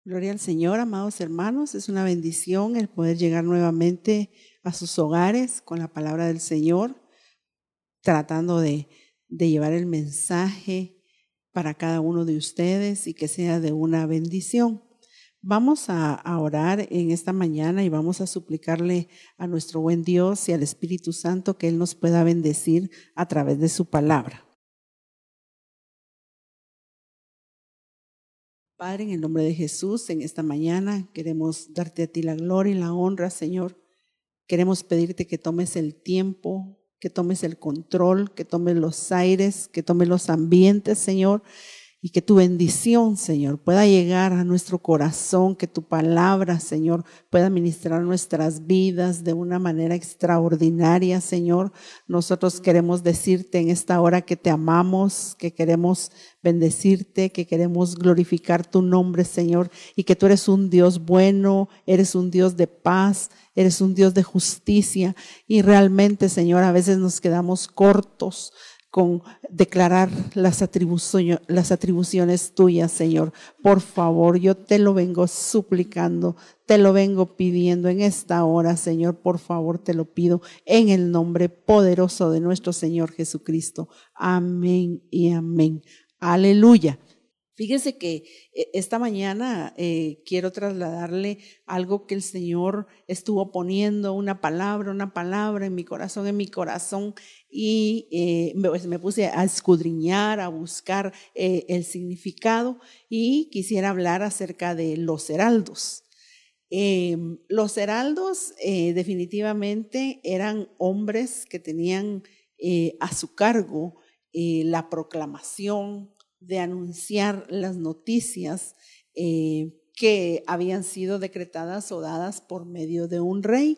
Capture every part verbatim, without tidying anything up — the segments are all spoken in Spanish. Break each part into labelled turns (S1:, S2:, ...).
S1: Gloria al Señor, amados hermanos. Es una bendición el poder llegar nuevamente a sus hogares con la palabra del Señor, tratando de, de llevar el mensaje para cada uno de ustedes y que sea de una bendición. Vamos a, a orar en esta mañana y vamos a suplicarle a nuestro buen Dios y al Espíritu Santo que Él nos pueda bendecir a través de su palabra. Padre, en el nombre de Jesús, en esta mañana queremos darte a ti la gloria y la honra, Señor. Queremos pedirte que tomes el tiempo, que tomes el control, que tomes los aires, que tomes los ambientes, Señor, y que tu bendición, Señor, pueda llegar a nuestro corazón, que tu palabra, Señor, pueda ministrar nuestras vidas de una manera extraordinaria, Señor. Nosotros queremos decirte en esta hora que te amamos, que queremos bendecirte, que queremos glorificar tu nombre, Señor, y que tú eres un Dios bueno, eres un Dios de paz, eres un Dios de justicia, y realmente, Señor, a veces nos quedamos cortos con declarar las atribuciones, las atribuciones tuyas, Señor. Por favor, yo te lo vengo suplicando, te lo vengo pidiendo en esta hora, Señor. Por favor, te lo pido en el nombre poderoso de nuestro Señor Jesucristo. Amén y amén. Aleluya. Fíjese que esta mañana eh, quiero trasladarle algo que el Señor estuvo poniendo, una palabra, una palabra en mi corazón, en mi corazón, y eh, me, pues me puse a escudriñar, a buscar eh, el significado, y quisiera hablar acerca de los heraldos. Eh, los heraldos eh, definitivamente eran hombres que tenían eh, a su cargo eh, la proclamación, de anunciar las noticias eh, que habían sido decretadas o dadas por medio de un rey.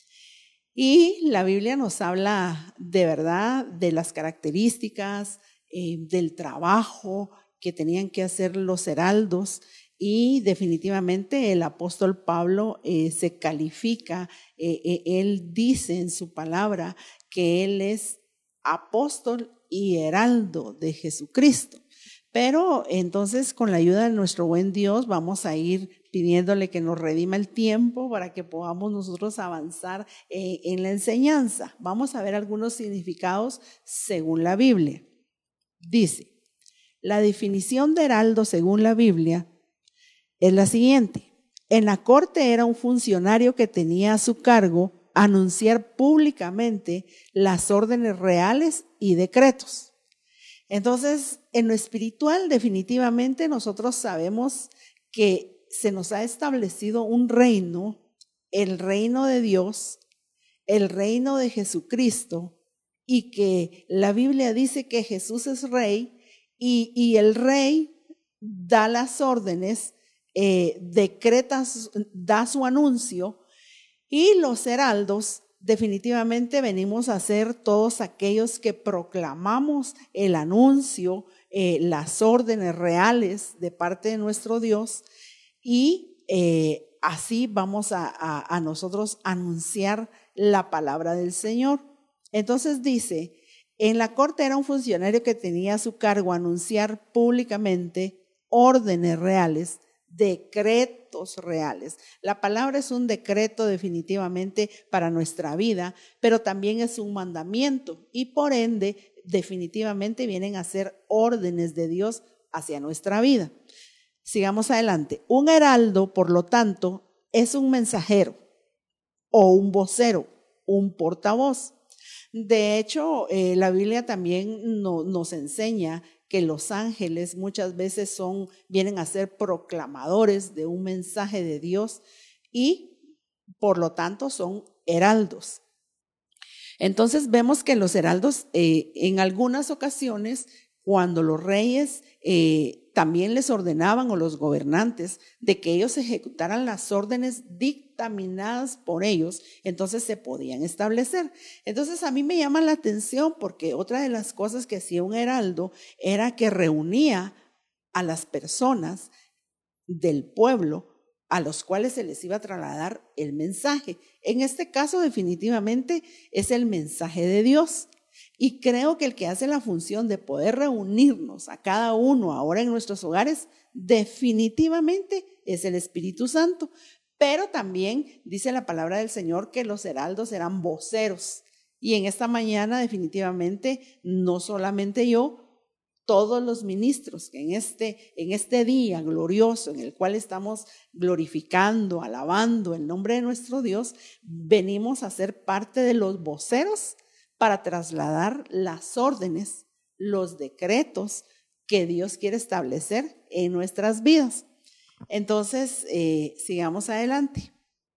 S1: Y la Biblia nos habla de verdad de las características, eh, del trabajo que tenían que hacer los heraldos, y definitivamente el apóstol Pablo eh, se califica, eh, eh, él dice en su palabra que él es apóstol y heraldo de Jesucristo. Pero entonces, con la ayuda de nuestro buen Dios, vamos a ir pidiéndole que nos redima el tiempo para que podamos nosotros avanzar eh, en la enseñanza. Vamos a ver algunos significados según la Biblia. Dice, la definición de heraldo según la Biblia es la siguiente. En la corte era un funcionario que tenía a su cargo anunciar públicamente las órdenes reales y decretos. Entonces, en lo espiritual, definitivamente nosotros sabemos que se nos ha establecido un reino, el reino de Dios, el reino de Jesucristo, y que la Biblia dice que Jesús es rey, y, y el rey da las órdenes, eh, decreta, da su anuncio, y los heraldos definitivamente venimos a ser todos aquellos que proclamamos el anuncio, eh, las órdenes reales de parte de nuestro Dios, y eh, así vamos a, a, a nosotros anunciar la palabra del Señor. Entonces dice, en la corte era un funcionario que tenía a su cargo anunciar públicamente órdenes reales, decretos reales. La palabra es un decreto definitivamente para nuestra vida, pero también es un mandamiento, y por ende definitivamente vienen a ser órdenes de Dios hacia nuestra vida. Sigamos adelante. Un heraldo, por lo tanto, es un mensajero o un vocero, un portavoz. De hecho, eh, la Biblia también no, nos enseña que los ángeles muchas veces son, vienen a ser proclamadores de un mensaje de Dios, y por lo tanto son heraldos. Entonces vemos que los heraldos eh, en algunas ocasiones, cuando los reyes eh, también les ordenaban, o los gobernantes, de que ellos ejecutaran las órdenes dictaminadas por ellos, entonces se podían establecer. Entonces a mí me llama la atención, porque otra de las cosas que hacía un heraldo era que reunía a las personas del pueblo a los cuales se les iba a trasladar el mensaje. En este caso definitivamente es el mensaje de Dios. Y creo que el que hace la función de poder reunirnos a cada uno ahora en nuestros hogares, definitivamente es el Espíritu Santo. Pero también dice la palabra del Señor que los heraldos eran voceros. Y en esta mañana definitivamente no solamente yo, todos los ministros que en este, en este día glorioso en el cual estamos glorificando, alabando el nombre de nuestro Dios, venimos a ser parte de los voceros para trasladar las órdenes, los decretos que Dios quiere establecer en nuestras vidas. Entonces, eh, sigamos adelante.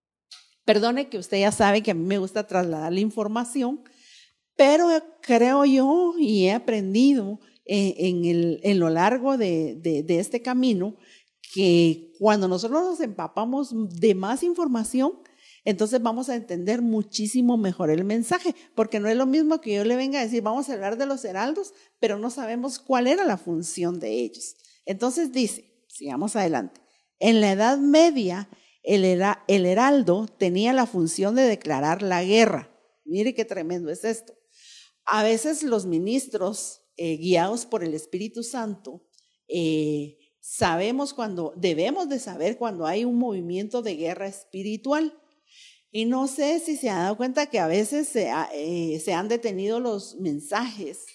S1: Perdone que usted ya sabe que a mí me gusta trasladar la información, pero creo yo y he aprendido en, el, en lo largo de, de, de este camino que cuando nosotros nos empapamos de más información, entonces vamos a entender muchísimo mejor el mensaje, porque no es lo mismo que yo le venga a decir, vamos a hablar de los heraldos, pero no sabemos cuál era la función de ellos. Entonces dice, sigamos adelante, en la Edad Media el, era, el heraldo tenía la función de declarar la guerra. Mire qué tremendo es esto. A veces los ministros eh, guiados por el Espíritu Santo, eh, sabemos cuando, debemos de saber cuando hay un movimiento de guerra espiritual. Y no sé si se han dado cuenta que a veces se, ha, eh, se han detenido los mensajes,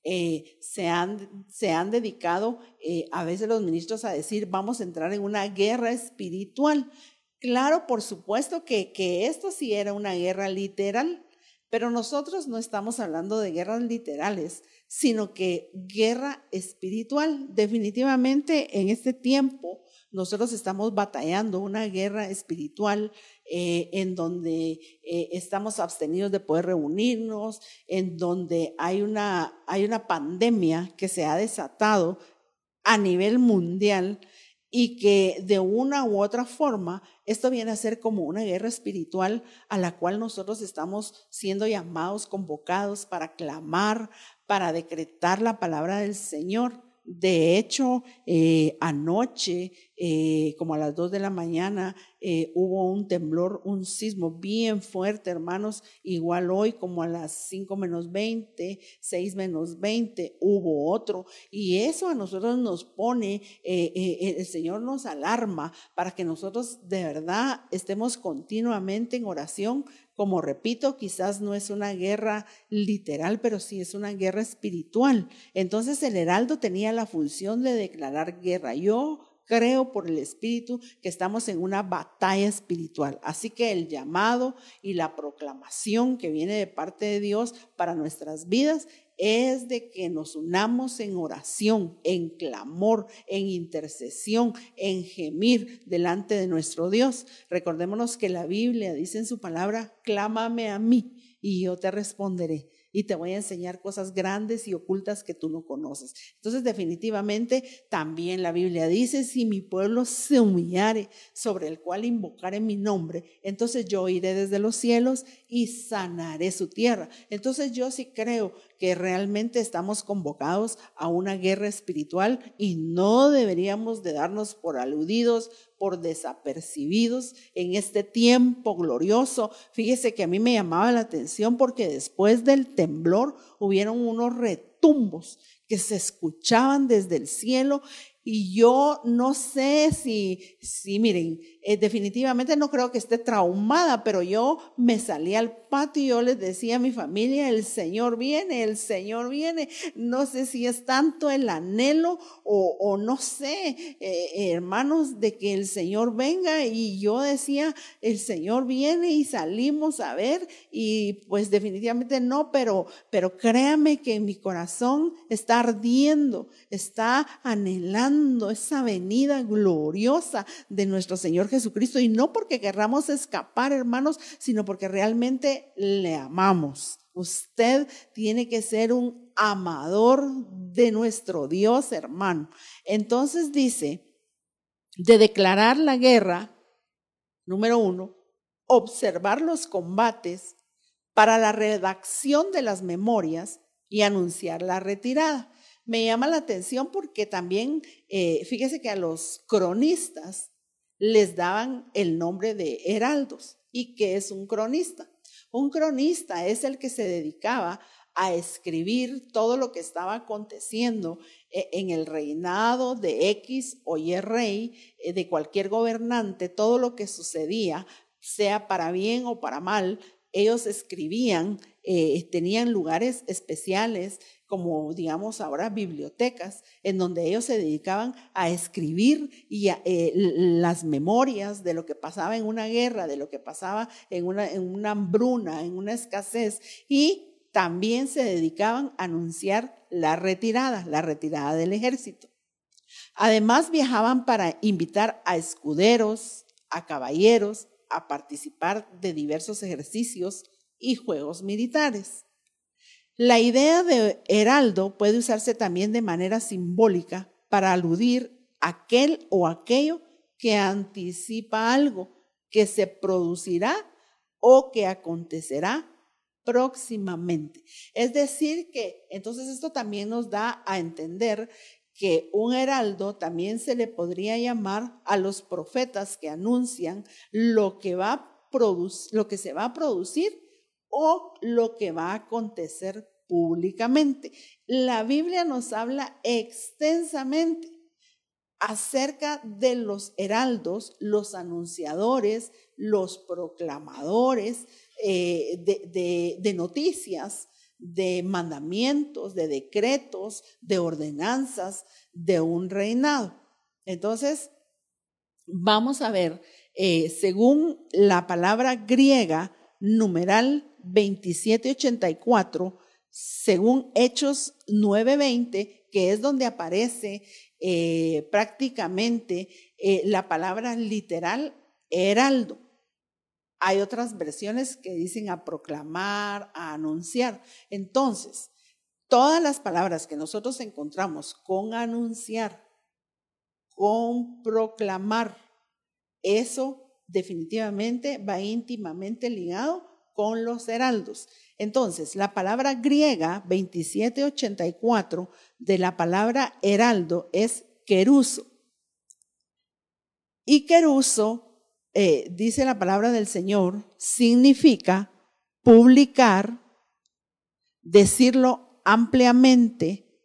S1: eh, se, han, se han dedicado eh, a veces los ministros a decir vamos a entrar en una guerra espiritual. Claro, por supuesto que, que esto sí era una guerra literal, pero nosotros no estamos hablando de guerras literales, sino que guerra espiritual. Definitivamente en este tiempo nosotros estamos batallando una guerra espiritual eh, en donde eh, estamos abstenidos de poder reunirnos, en donde hay una, hay una pandemia que se ha desatado a nivel mundial y que de una u otra forma esto viene a ser como una guerra espiritual a la cual nosotros estamos siendo llamados, convocados para clamar, para decretar la palabra del Señor. De hecho, eh, anoche, eh, como a las dos de la mañana, eh, hubo un temblor, un sismo bien fuerte, hermanos. Igual hoy, como a las cinco menos veinte, seis menos veinte, hubo otro. Y eso a nosotros nos pone, eh, eh, el Señor nos alarma para que nosotros de verdad estemos continuamente en oración. Como repito, quizás no es una guerra literal, pero sí es una guerra espiritual. Entonces el heraldo tenía la función de declarar guerra. Yo creo por el Espíritu que estamos en una batalla espiritual. Así que el llamado y la proclamación que viene de parte de Dios para nuestras vidas es de que nos unamos en oración, en clamor, en intercesión, en gemir delante de nuestro Dios. Recordémonos que la Biblia dice en su palabra, clámame a mí y yo te responderé. Y te voy a enseñar cosas grandes y ocultas que tú no conoces. Entonces, definitivamente, también la Biblia dice, si mi pueblo se humillare, sobre el cual invocare mi nombre, entonces yo iré desde los cielos y sanaré su tierra. Entonces, yo sí creo que realmente estamos convocados a una guerra espiritual y no deberíamos de darnos por aludidos, por desapercibidos en este tiempo glorioso. Fíjese que a mí me llamaba la atención porque después del temblor hubieron unos retumbos que se escuchaban desde el cielo y yo no sé si, si miren, eh, definitivamente no creo que esté traumada, pero yo me salí al patio y yo les decía a mi familia, el Señor viene, el Señor viene. No sé si es tanto el anhelo o, o no sé, eh, hermanos, de que el Señor venga, y yo decía, el Señor viene, y salimos a ver y pues definitivamente no, pero, pero créame que mi corazón está ardiendo, está anhelando esa venida gloriosa de nuestro Señor Jesucristo, y no porque querramos escapar, hermanos, sino porque realmente le amamos. Usted tiene que ser un amador de nuestro Dios, hermano. Entonces dice, de declarar la guerra, número uno, observar los combates para la redacción de las memorias y anunciar la retirada. Me llama la atención porque también, eh, fíjese que a los cronistas les daban el nombre de heraldos. ¿Y qué es un cronista? Un cronista es el que se dedicaba a escribir todo lo que estaba aconteciendo en el reinado de X o Y rey, de cualquier gobernante, todo lo que sucedía, sea para bien o para mal. Ellos escribían, eh, tenían lugares especiales, como digamos ahora bibliotecas, en donde ellos se dedicaban a escribir y a, eh, las memorias de lo que pasaba en una guerra, de lo que pasaba en una, en una hambruna, en una escasez, y también se dedicaban a anunciar la retirada, la retirada del ejército. Además viajaban para invitar a escuderos, a caballeros, a participar de diversos ejercicios y juegos militares. La idea de heraldo puede usarse también de manera simbólica para aludir a aquel o aquello que anticipa algo que se producirá o que acontecerá próximamente. Es decir que entonces esto también nos da a entender que un heraldo también se le podría llamar a los profetas que anuncian lo que va a producir, lo que se va a producir o lo que va a acontecer públicamente. La Biblia nos habla extensamente acerca de los heraldos, los anunciadores, los proclamadores eh, de, de, de noticias, de mandamientos, de decretos, de ordenanzas de un reinado. Entonces, vamos a ver, eh, según la palabra griega, numeral veintisiete ochenta y cuatro, según Hechos nueve veinte, que es donde aparece eh, prácticamente eh, la palabra literal heraldo. Hay otras versiones que dicen a proclamar, a anunciar. Entonces, todas las palabras que nosotros encontramos con anunciar, con proclamar, eso definitivamente va íntimamente ligado con los heraldos. Entonces, la palabra griega veintisiete ochenta y cuatro de la palabra heraldo es keruso. Y keruso, eh, dice la palabra del Señor, significa publicar, decirlo ampliamente,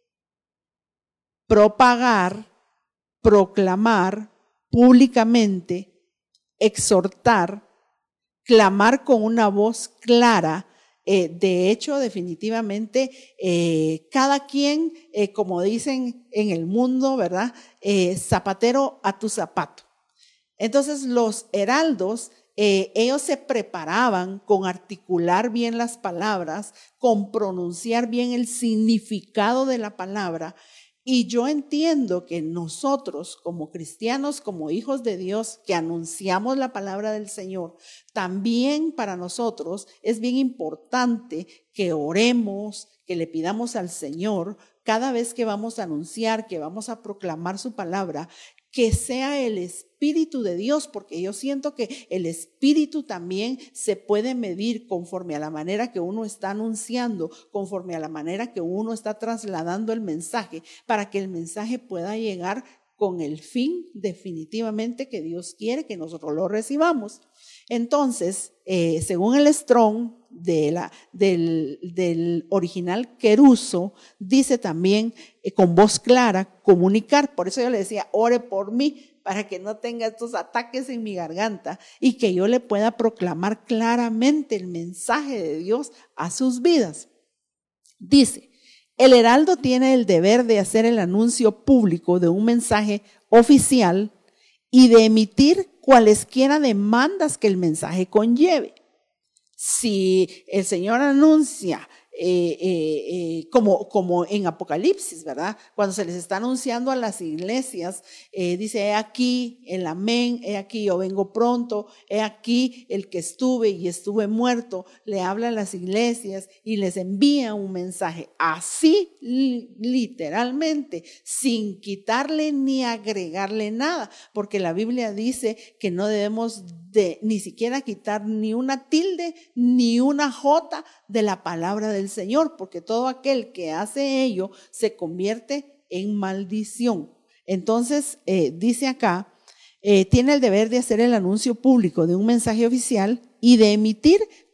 S1: propagar, proclamar públicamente, exhortar, clamar con una voz clara. Eh, de hecho, definitivamente, eh, cada quien, eh, como dicen en el mundo, ¿verdad? Eh, zapatero a tu zapato. Entonces, los heraldos, eh, ellos se preparaban con articular bien las palabras, con pronunciar bien el significado de la palabra. Y yo entiendo que nosotros como cristianos, como hijos de Dios, que anunciamos la palabra del Señor, también para nosotros es bien importante que oremos, que le pidamos al Señor cada vez que vamos a anunciar, que vamos a proclamar su palabra, que sea el Espíritu de Dios, porque yo siento que el Espíritu también se puede medir conforme a la manera que uno está anunciando, conforme a la manera que uno está trasladando el mensaje, para que el mensaje pueda llegar con el fin definitivamente que Dios quiere que nosotros lo recibamos. Entonces, eh, según el Strong de la, del, del original keruso, dice también eh, con voz clara, comunicar. Por eso yo le decía, ore por mí, para que no tenga estos ataques en mi garganta y que yo le pueda proclamar claramente el mensaje de Dios a sus vidas. Dice, el heraldo tiene el deber de hacer el anuncio público de un mensaje oficial y de emitir cualesquiera demandas que el mensaje conlleve. Si el Señor anuncia, eh, eh, eh, como, como en Apocalipsis, ¿verdad? Cuando se les está anunciando a las iglesias, eh, dice, he aquí el amén, he aquí yo vengo pronto, he aquí el que estuve y estuve muerto, le habla a las iglesias y les envía un mensaje, así literalmente, sin quitarle ni agregarle nada, porque la Biblia dice que no debemos de ni siquiera quitar ni una tilde ni una jota de la palabra del Señor, porque todo aquel que hace ello se convierte en maldición. Entonces, eh, dice acá, eh, tiene el deber de hacer el anuncio público de un mensaje oficial y de emitir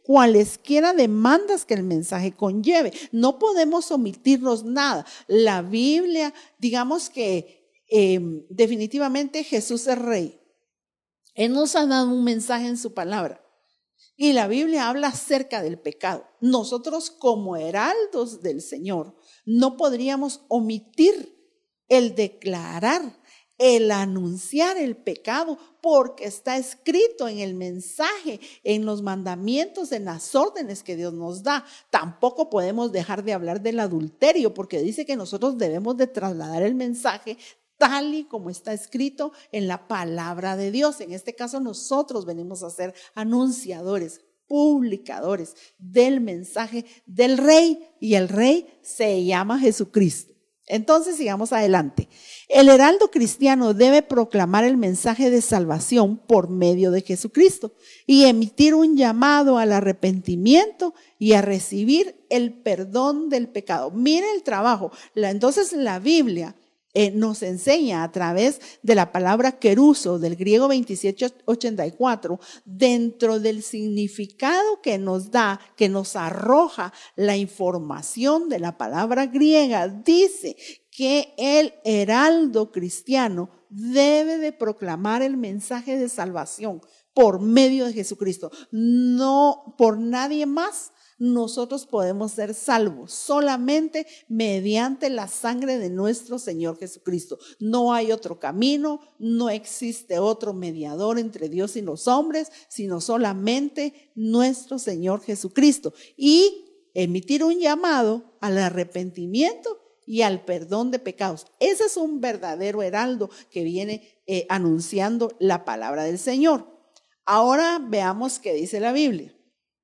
S1: cualesquiera demandas que el mensaje conlleve. No podemos omitirnos nada. La Biblia, digamos que eh, definitivamente Jesús es rey. Él nos ha dado un mensaje en su palabra. Y la Biblia habla acerca del pecado. Nosotros como heraldos del Señor no podríamos omitir el declarar, el anunciar el pecado, porque está escrito en el mensaje, en los mandamientos, en las órdenes que Dios nos da. Tampoco podemos dejar de hablar del adulterio, porque dice que nosotros debemos de trasladar el mensaje tal y como está escrito en la palabra de Dios. En este caso nosotros venimos a ser anunciadores, publicadores del mensaje del Rey, y el Rey se llama Jesucristo. Entonces sigamos adelante. El heraldo cristiano debe proclamar el mensaje de salvación por medio de Jesucristo y emitir un llamado al arrepentimiento y a recibir el perdón del pecado. Mire el trabajo. La, entonces la Biblia Eh, nos enseña a través de la palabra keruso, del griego veintisiete ochenta y cuatro, dentro del significado que nos da, que nos arroja la información de la palabra griega, dice que el heraldo cristiano debe de proclamar el mensaje de salvación por medio de Jesucristo, no por nadie más. Nosotros podemos ser salvos solamente mediante la sangre de nuestro Señor Jesucristo. No hay otro camino, no existe otro mediador entre Dios y los hombres, sino solamente nuestro Señor Jesucristo. Y emitir un llamado al arrepentimiento y al perdón de pecados. Ese es un verdadero heraldo que viene eh, anunciando la palabra del Señor. Ahora veamos qué dice la Biblia.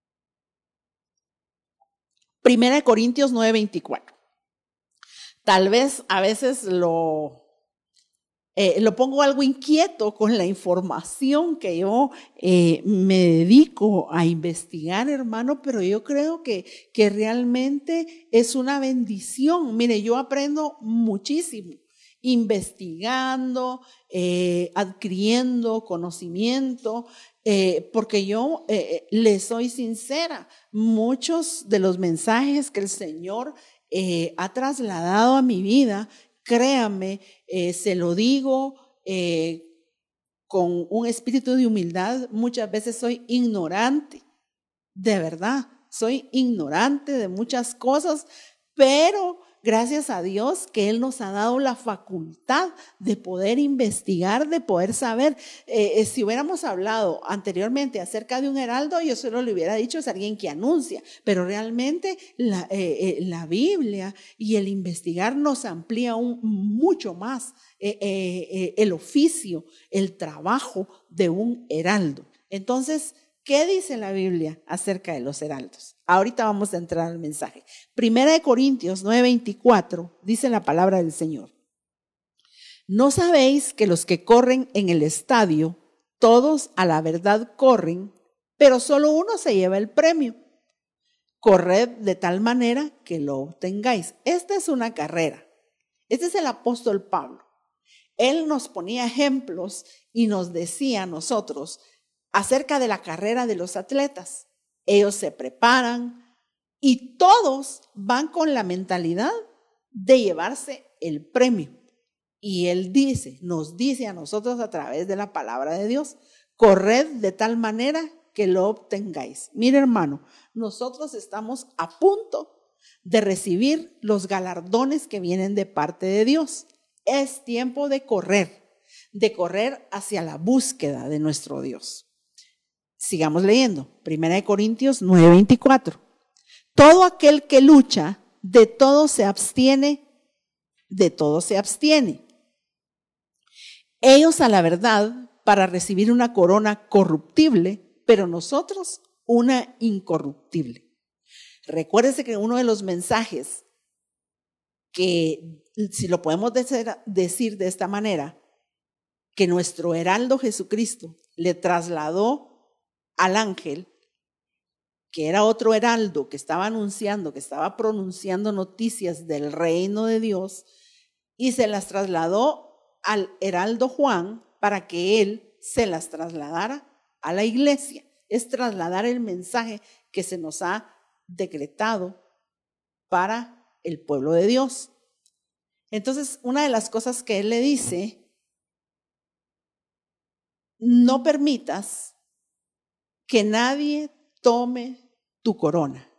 S1: Primera de Corintios nueve veinticuatro. Tal vez a veces lo, eh, lo pongo algo inquieto con la información que yo eh, me dedico a investigar, hermano, pero yo creo que, que realmente es una bendición. Mire, yo aprendo muchísimo investigando, eh, adquiriendo conocimiento, eh, porque yo eh, le soy sincera, muchos de los mensajes que el Señor eh, ha trasladado a mi vida, créame, eh, se lo digo eh, con un espíritu de humildad, muchas veces soy ignorante, de verdad, soy ignorante de muchas cosas, pero gracias a Dios que Él nos ha dado la facultad de poder investigar, de poder saber. Eh, si hubiéramos hablado anteriormente acerca de un heraldo, yo solo le hubiera dicho es alguien que anuncia, pero realmente la, eh, eh, la Biblia y el investigar nos amplía un, mucho más eh, eh, eh, el oficio, el trabajo de un heraldo. Entonces, ¿qué dice la Biblia acerca de los heraldos? Ahorita vamos a entrar al mensaje. Primera de Corintios nueve veinticuatro dice la palabra del Señor. ¿No sabéis que los que corren en el estadio, todos a la verdad corren, pero solo uno se lleva el premio? Corred de tal manera que lo obtengáis. Esta es una carrera. Este es el apóstol Pablo. Él nos ponía ejemplos y nos decía a nosotros acerca de la carrera de los atletas. Ellos se preparan y todos van con la mentalidad de llevarse el premio. Y él dice, nos dice a nosotros a través de la palabra de Dios, corred de tal manera que lo obtengáis. Mire, hermano, nosotros estamos a punto de recibir los galardones que vienen de parte de Dios. Es tiempo de correr, de correr hacia la búsqueda de nuestro Dios. Sigamos leyendo, Primera de Corintios nueve veinticuatro. Todo aquel que lucha, de todo se abstiene, de todo se abstiene. Ellos a la verdad para recibir una corona corruptible, pero nosotros una incorruptible. Recuérdese que uno de los mensajes que, si lo podemos decir de esta manera, que nuestro heraldo Jesucristo le trasladó al ángel, que era otro heraldo que estaba anunciando, que estaba pronunciando noticias del reino de Dios, y se las trasladó al heraldo Juan para que él se las trasladara a la iglesia. es trasladar el mensaje que se nos ha decretado para el pueblo de Dios. Entonces, una de las cosas que él le dice, no permitas que nadie tome tu corona.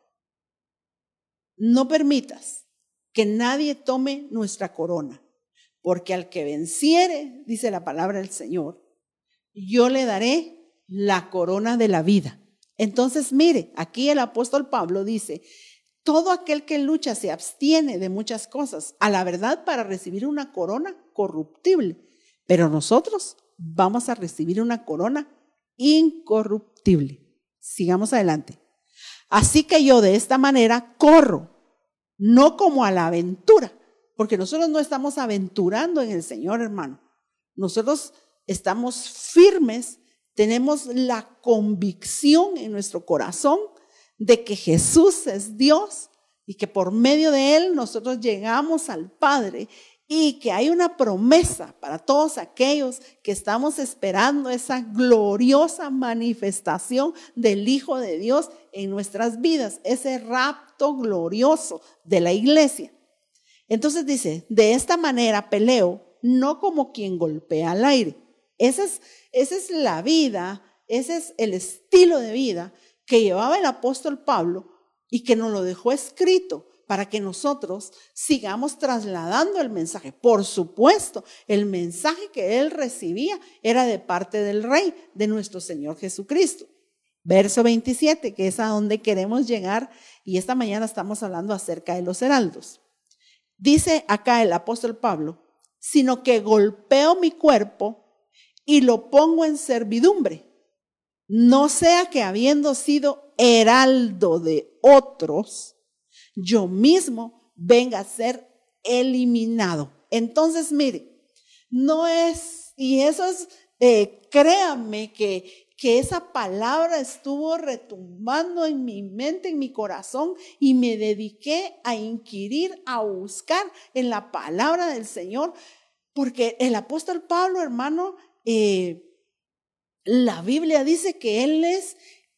S1: No permitas que nadie tome nuestra corona, porque al que venciere, dice la palabra del Señor, yo le daré la corona de la vida. Entonces, mire, aquí el apóstol Pablo dice, todo aquel que lucha se abstiene de muchas cosas, a la verdad, para recibir una corona corruptible, pero nosotros vamos a recibir una corona incorruptible. Sigamos adelante. Así que yo de esta manera corro, no como a la aventura, porque nosotros no estamos aventurando en el Señor, hermano. Nosotros estamos firmes, tenemos la convicción en nuestro corazón de que Jesús es Dios y que por medio de Él nosotros llegamos al Padre, y que hay una promesa para todos aquellos que estamos esperando esa gloriosa manifestación del Hijo de Dios en nuestras vidas, ese rapto glorioso de la iglesia. Entonces dice, de esta manera peleo, no como quien golpea al aire. Esa es, esa es la vida, ese es el estilo de vida que llevaba el apóstol Pablo y que nos lo dejó escrito para que nosotros sigamos trasladando el mensaje. Por supuesto, el mensaje que él recibía era de parte del Rey, de nuestro Señor Jesucristo. Verso veintisiete, que es a donde queremos llegar, y esta mañana estamos hablando acerca de los heraldos. Dice acá el apóstol Pablo, sino que golpeo mi cuerpo y lo pongo en servidumbre, no sea que habiendo sido heraldo de otros, yo mismo venga a ser eliminado. Entonces, mire, no es, y eso es, eh, créanme que, que esa palabra estuvo retumbando en mi mente, en mi corazón, y me dediqué a inquirir, a buscar en la palabra del Señor, porque el apóstol Pablo, hermano, eh, la Biblia dice que él es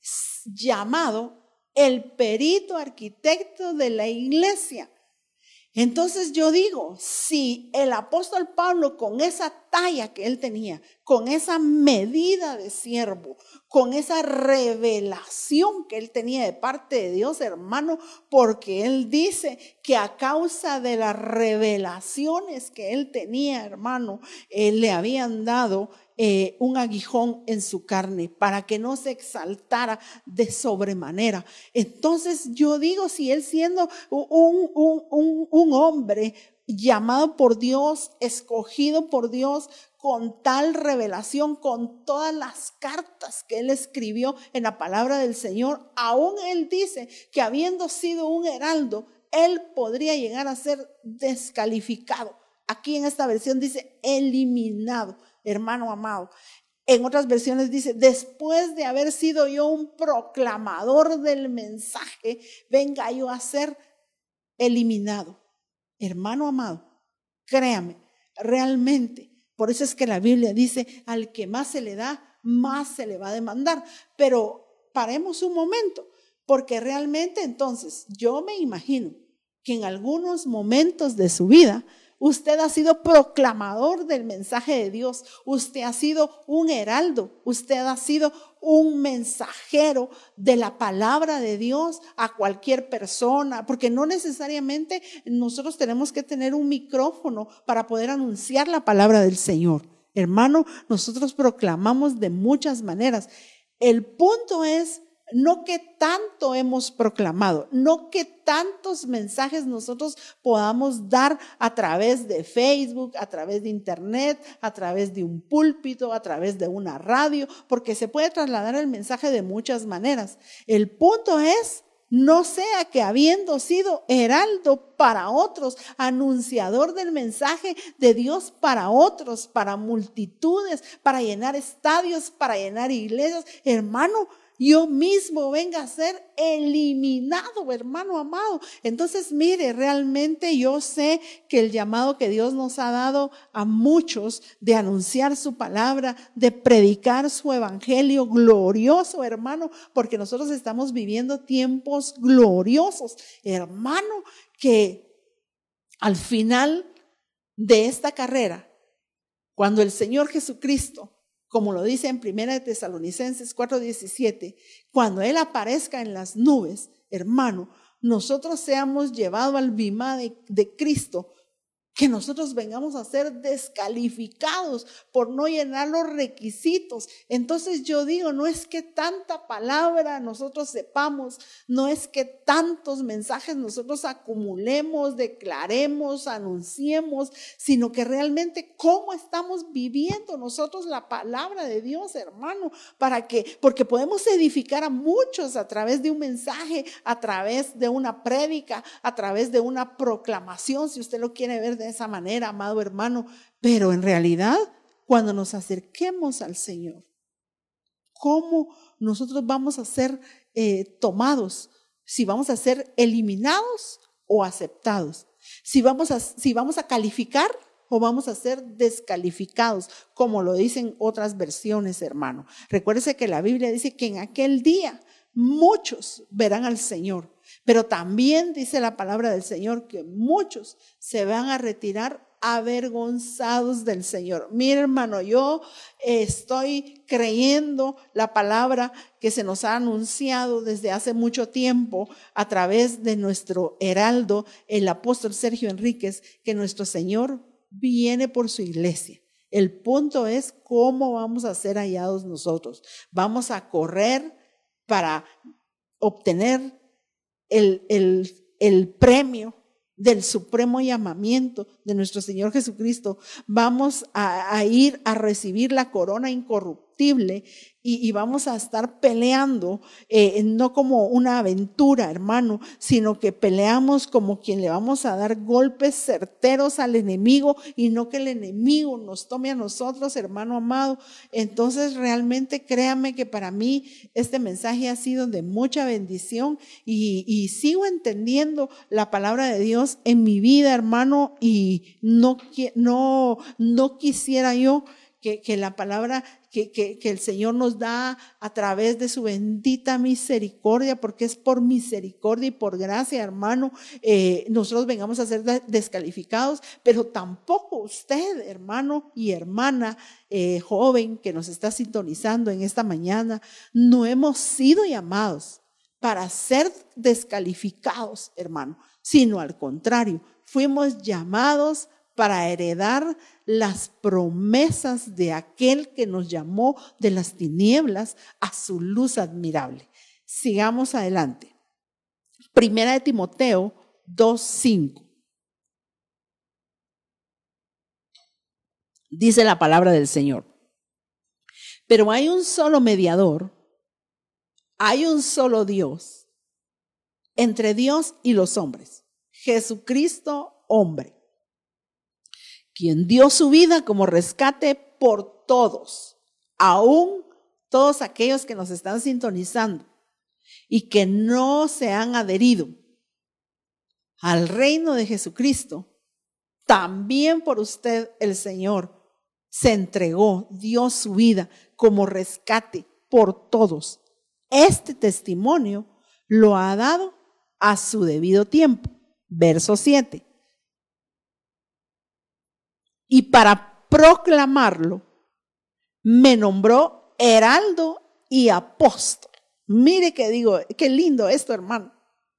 S1: llamado el perito arquitecto de la iglesia. Entonces yo digo, si el apóstol Pablo, con esa talla que él tenía, con esa medida de siervo, con esa revelación que él tenía de parte de Dios, hermano, porque él dice que a causa de las revelaciones que él tenía, hermano, eh, le habían dado Eh, un aguijón en su carne para que no se exaltara de sobremanera. Entonces yo digo, si él siendo un, un, un, un hombre llamado por Dios, escogido por Dios, con tal revelación, con todas las cartas que él escribió en la palabra del Señor, aún él dice que habiendo sido un heraldo, él podría llegar a ser descalificado. Aquí en esta versión dice eliminado. Hermano amado, en otras versiones dice, después de haber sido yo un proclamador del mensaje, venga yo a ser eliminado. Hermano amado, créame, realmente, por eso es que la Biblia dice, al que más se le da, más se le va a demandar. Pero paremos un momento, porque realmente entonces yo me imagino que en algunos momentos de su vida, usted ha sido proclamador del mensaje de Dios. Usted ha sido un heraldo. Usted ha sido un mensajero de la palabra de Dios a cualquier persona. Porque no necesariamente nosotros tenemos que tener un micrófono para poder anunciar la palabra del Señor. Hermano, nosotros proclamamos de muchas maneras. El punto es no que tanto hemos proclamado, no que tantos mensajes nosotros podamos dar a través de Facebook, a través de internet, a través de un púlpito, a través de una radio, porque se puede trasladar el mensaje de muchas maneras. El punto es, no sea que habiendo sido heraldo para otros, anunciador del mensaje de Dios para otros, para multitudes, para llenar estadios, para llenar iglesias, hermano, yo mismo venga a ser eliminado, hermano amado. Entonces, mire, realmente yo sé que el llamado que Dios nos ha dado a muchos de anunciar su palabra, de predicar su evangelio glorioso, hermano, porque nosotros estamos viviendo tiempos gloriosos, hermano, que al final de esta carrera, cuando el Señor Jesucristo, como lo dice en Primera de Tesalonicenses cuatro diecisiete, cuando Él aparezca en las nubes, hermano, nosotros seamos llevados al bimá de, de Cristo, que nosotros vengamos a ser descalificados por no llenar los requisitos. Entonces yo digo, no es que tanta palabra nosotros sepamos, no es que tantos mensajes nosotros acumulemos, declaremos, anunciemos, sino que realmente cómo estamos viviendo nosotros la palabra de Dios, hermano, para que, porque podemos edificar a muchos a través de un mensaje, a través de una prédica, a través de una proclamación, si usted lo quiere ver de esa manera, amado hermano, pero en realidad cuando nos acerquemos al Señor, ¿cómo nosotros vamos a ser eh, tomados? Si vamos a ser eliminados o aceptados, si vamos a, si vamos a calificar o vamos a ser descalificados, como lo dicen otras versiones, hermano. Recuérdese que la Biblia dice que en aquel día muchos verán al Señor, pero también dice la palabra del Señor que muchos se van a retirar avergonzados del Señor. Mira, hermano, yo estoy creyendo la palabra que se nos ha anunciado desde hace mucho tiempo a través de nuestro heraldo, el apóstol Sergio Enríquez, que nuestro Señor viene por su iglesia. El punto es cómo vamos a ser hallados nosotros. Vamos a correr para obtener el, el, el premio del supremo llamamiento de nuestro Señor Jesucristo. Vamos a, a ir a recibir la corona incorruptible y, y vamos a estar peleando, eh, no como una aventura, hermano, sino que peleamos como quien le vamos a dar golpes certeros al enemigo y no que el enemigo nos tome a nosotros, hermano amado. Entonces realmente créame que para mí este mensaje ha sido de mucha bendición y, y sigo entendiendo la palabra de Dios en mi vida, hermano, y no, no, no quisiera yo que, que la palabra que, que, que el Señor nos da a través de su bendita misericordia, porque es por misericordia y por gracia, hermano, eh, nosotros vengamos a ser descalificados, pero tampoco usted, hermano y hermana, eh, joven que nos está sintonizando en esta mañana, no hemos sido llamados para ser descalificados, hermano, sino al contrario, fuimos llamados para heredar las promesas de aquel que nos llamó de las tinieblas a su luz admirable. Sigamos adelante. Primera de Timoteo dos cinco. Dice la palabra del Señor. Pero hay un solo mediador, hay un solo Dios, entre Dios y los hombres, Jesucristo hombre, quien dio su vida como rescate por todos, aún todos aquellos que nos están sintonizando y que no se han adherido al reino de Jesucristo. También por usted el Señor se entregó, dio su vida como rescate por todos. Este testimonio lo ha dado a su debido tiempo. Verso siete. Y para proclamarlo, me nombró heraldo y apóstol. Mire que digo, qué lindo esto, hermano.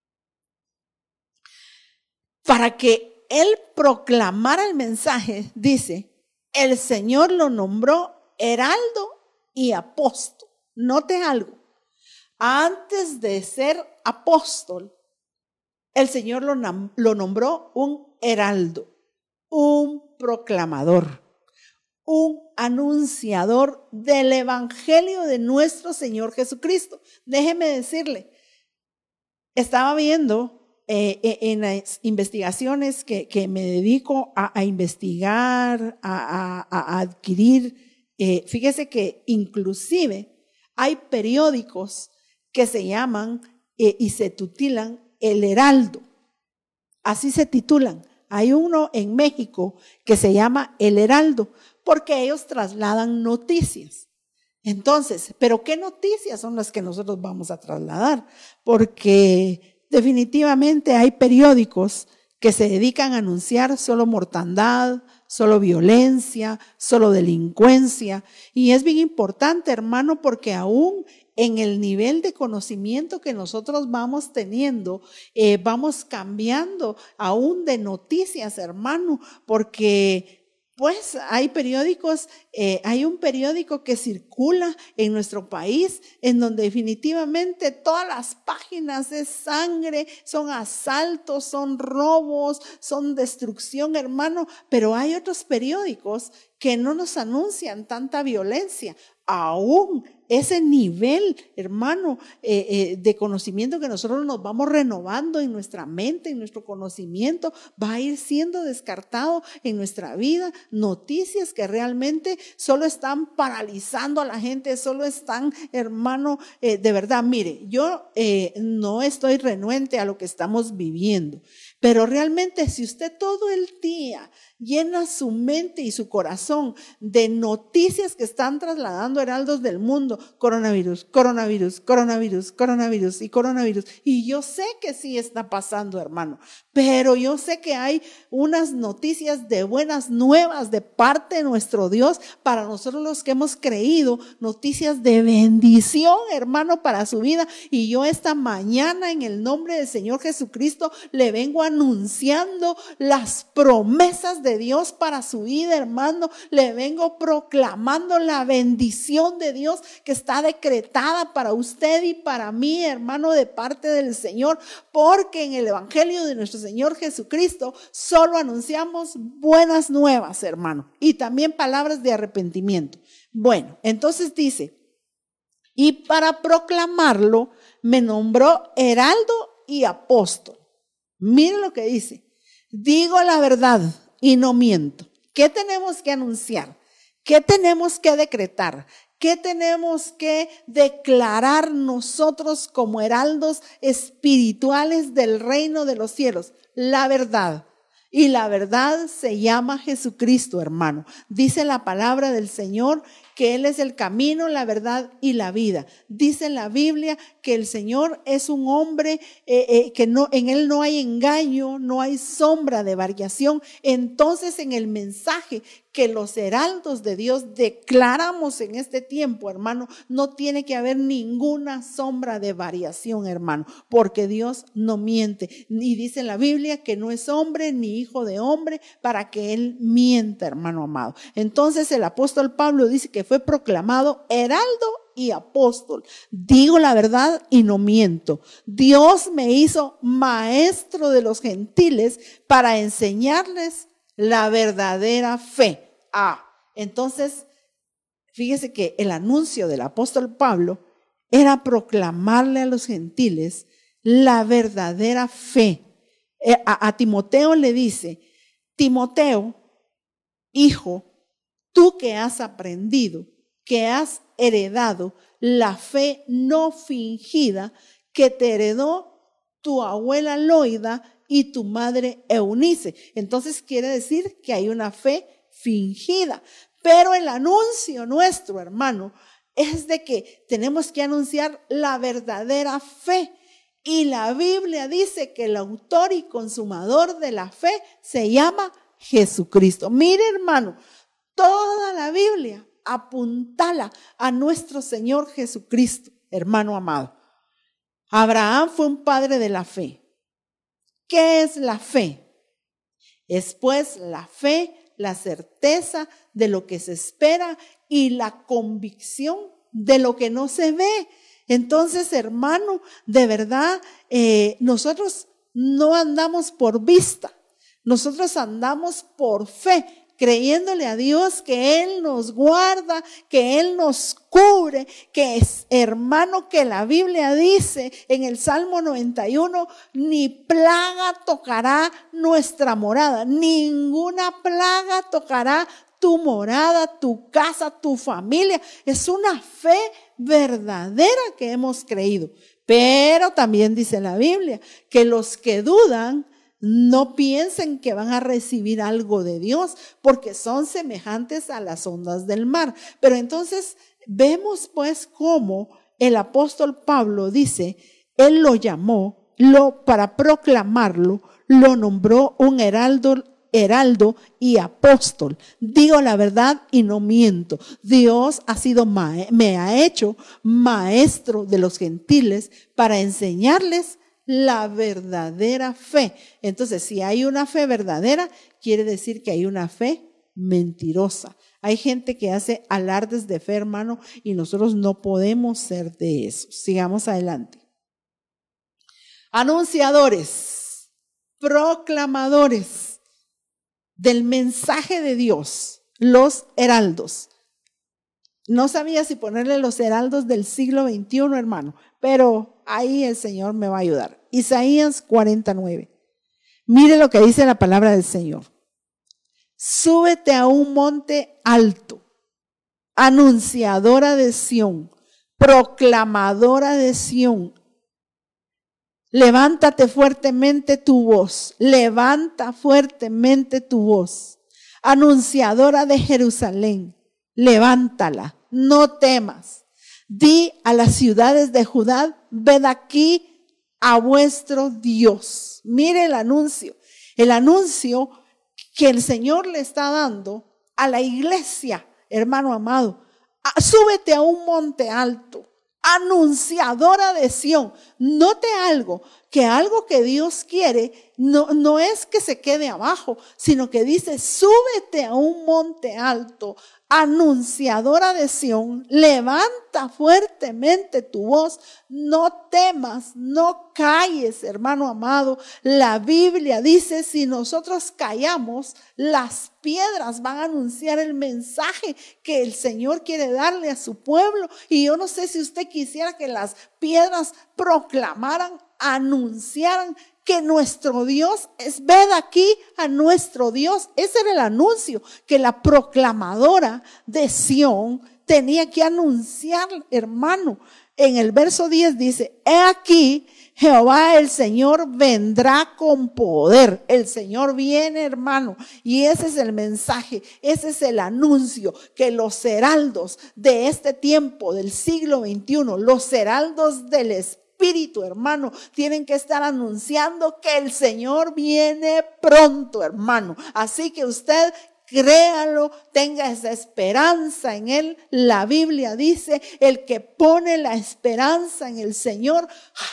S1: Para que él proclamara el mensaje, dice, el Señor lo nombró heraldo y apóstol. Note algo. Antes de ser apóstol, el Señor lo, lo nombró un heraldo, un proclamador, un anunciador del evangelio de nuestro Señor Jesucristo. Déjeme decirle, estaba viendo eh, en las investigaciones que, que me dedico a, a investigar, a, a, a adquirir, eh, fíjese que inclusive hay periódicos que se llaman eh, y se titulan El Heraldo. Así se titulan. Hay uno en México que se llama El Heraldo, porque ellos trasladan noticias. Entonces, ¿pero qué noticias son las que nosotros vamos a trasladar? Porque definitivamente hay periódicos que se dedican a anunciar solo mortandad, solo violencia, solo delincuencia. Y es bien importante, hermano, porque aún en el nivel de conocimiento que nosotros vamos teniendo, eh, vamos cambiando aún de noticias, hermano, porque pues hay periódicos, eh, hay un periódico que circula en nuestro país en donde definitivamente todas las páginas es sangre, son asaltos, son robos, son destrucción, hermano, pero hay otros periódicos que no nos anuncian tanta violencia. Aún ese nivel, hermano, eh, eh, de conocimiento que nosotros nos vamos renovando en nuestra mente, en nuestro conocimiento, va a ir siendo descartado en nuestra vida. Noticias que realmente solo están paralizando a la gente, solo están, hermano, eh, de verdad, mire, yo eh, no estoy renuente a lo que estamos viviendo, pero realmente si usted todo el día llena su mente y su corazón de noticias que están trasladando heraldos del mundo, coronavirus, coronavirus, coronavirus, coronavirus y coronavirus. Y yo sé que sí está pasando, hermano, pero yo sé que hay unas noticias de buenas nuevas de parte de nuestro Dios para nosotros los que hemos creído, noticias de bendición, hermano, para su vida. Y yo esta mañana en el nombre del Señor Jesucristo le vengo anunciando las promesas de Dios para su vida, hermano. Le vengo proclamando la bendición de Dios que está decretada para usted y para mí, hermano, de parte del Señor, porque en el Evangelio de nuestro Señor Jesucristo solo anunciamos buenas nuevas, hermano, y también palabras de arrepentimiento. Bueno, entonces dice, y para proclamarlo me nombró heraldo y apóstol. Miren lo que dice, digo la verdad y no miento. ¿Qué tenemos que anunciar? ¿Qué tenemos que decretar? ¿Qué tenemos que declarar nosotros como heraldos espirituales del reino de los cielos? La verdad. Y la verdad se llama Jesucristo, hermano. Dice la palabra del Señor que Él es el camino, la verdad y la vida. Dice en la Biblia que el Señor es un hombre eh, eh, que no, en Él no hay engaño, no hay sombra de variación. Entonces, en el mensaje que los heraldos de Dios declaramos en este tiempo, hermano, no tiene que haber ninguna sombra de variación, hermano, porque Dios no miente. Y dice en la Biblia que no es hombre ni hijo de hombre para que Él mienta, hermano amado. Entonces, el apóstol Pablo dice que fue proclamado heraldo y apóstol. Digo la verdad y no miento. Dios me hizo maestro de los gentiles para enseñarles la verdadera fe. Ah, entonces, fíjese que el anuncio del apóstol Pablo era proclamarle a los gentiles la verdadera fe. A, a Timoteo le dice, Timoteo, hijo, tú que has aprendido, que has heredado la fe no fingida que te heredó tu abuela Loida y tu madre Eunice. Entonces quiere decir que hay una fe fingida. Pero el anuncio nuestro, hermano, es de que tenemos que anunciar la verdadera fe. Y la Biblia dice que el autor y consumador de la fe se llama Jesucristo. Mire, hermano, toda la Biblia apuntala a nuestro Señor Jesucristo, hermano amado. Abraham fue un padre de la fe. ¿Qué es la fe? Es pues la fe, la certeza de lo que se espera y la convicción de lo que no se ve. Entonces, hermano, de verdad, eh, nosotros no andamos por vista, nosotros andamos por fe, creyéndole a Dios que Él nos guarda, que Él nos cubre, que es, hermano, que la Biblia dice en el Salmo noventa y uno, ni plaga tocará nuestra morada, ninguna plaga tocará tu morada, tu casa, tu familia. Es una fe verdadera que hemos creído. Pero también dice la Biblia que los que dudan no piensen que van a recibir algo de Dios, porque son semejantes a las ondas del mar. Pero entonces vemos pues cómo el apóstol Pablo dice, él lo llamó lo, para proclamarlo, lo nombró un heraldo, heraldo y apóstol. Digo la verdad y no miento. Dios ha sido me ha hecho maestro de los gentiles para enseñarles la verdadera fe. Entonces, si hay una fe verdadera, quiere decir que hay una fe mentirosa. Hay gente que hace alardes de fe, hermano, y nosotros no podemos ser de eso. Sigamos adelante. Anunciadores, proclamadores del mensaje de Dios, los heraldos. No sabía si ponerle los heraldos del siglo veintiuno, hermano, pero ahí el Señor me va a ayudar. Isaías cuarenta y nueve. Mire lo que dice la palabra del Señor. Súbete a un monte alto, anunciadora de Sión, proclamadora de Sión. Levántate fuertemente tu voz, levanta fuertemente tu voz. Anunciadora de Jerusalén, levántala, no temas. Di a las ciudades de Judá, ved aquí a vuestro Dios. Mire el anuncio, el anuncio que el Señor le está dando a la iglesia, hermano amado. Súbete a un monte alto, anunciadora de Sión. Note algo, que algo que Dios quiere no, no es que se quede abajo, sino que dice, súbete a un monte alto, anunciadora de Sión, levanta fuertemente tu voz, no temas, no calles, hermano amado. La Biblia dice, si nosotros callamos, las piedras van a anunciar el mensaje que el Señor quiere darle a su pueblo. Y yo no sé si usted quisiera que las piedras proclamaran, anunciaran que nuestro Dios es, ved aquí a nuestro Dios. Ese era el anuncio que la proclamadora de Sión tenía que anunciar, hermano. En el verso diez dice, he aquí, Jehová el Señor vendrá con poder. El Señor viene, hermano, y ese es el mensaje, ese es el anuncio que los heraldos de este tiempo, del siglo veintiuno, los heraldos del Espíritu, Espíritu, hermano, tienen que estar anunciando que el Señor viene pronto, hermano. Así que usted créalo, tenga esa esperanza en Él. La Biblia dice, el que pone la esperanza en el Señor,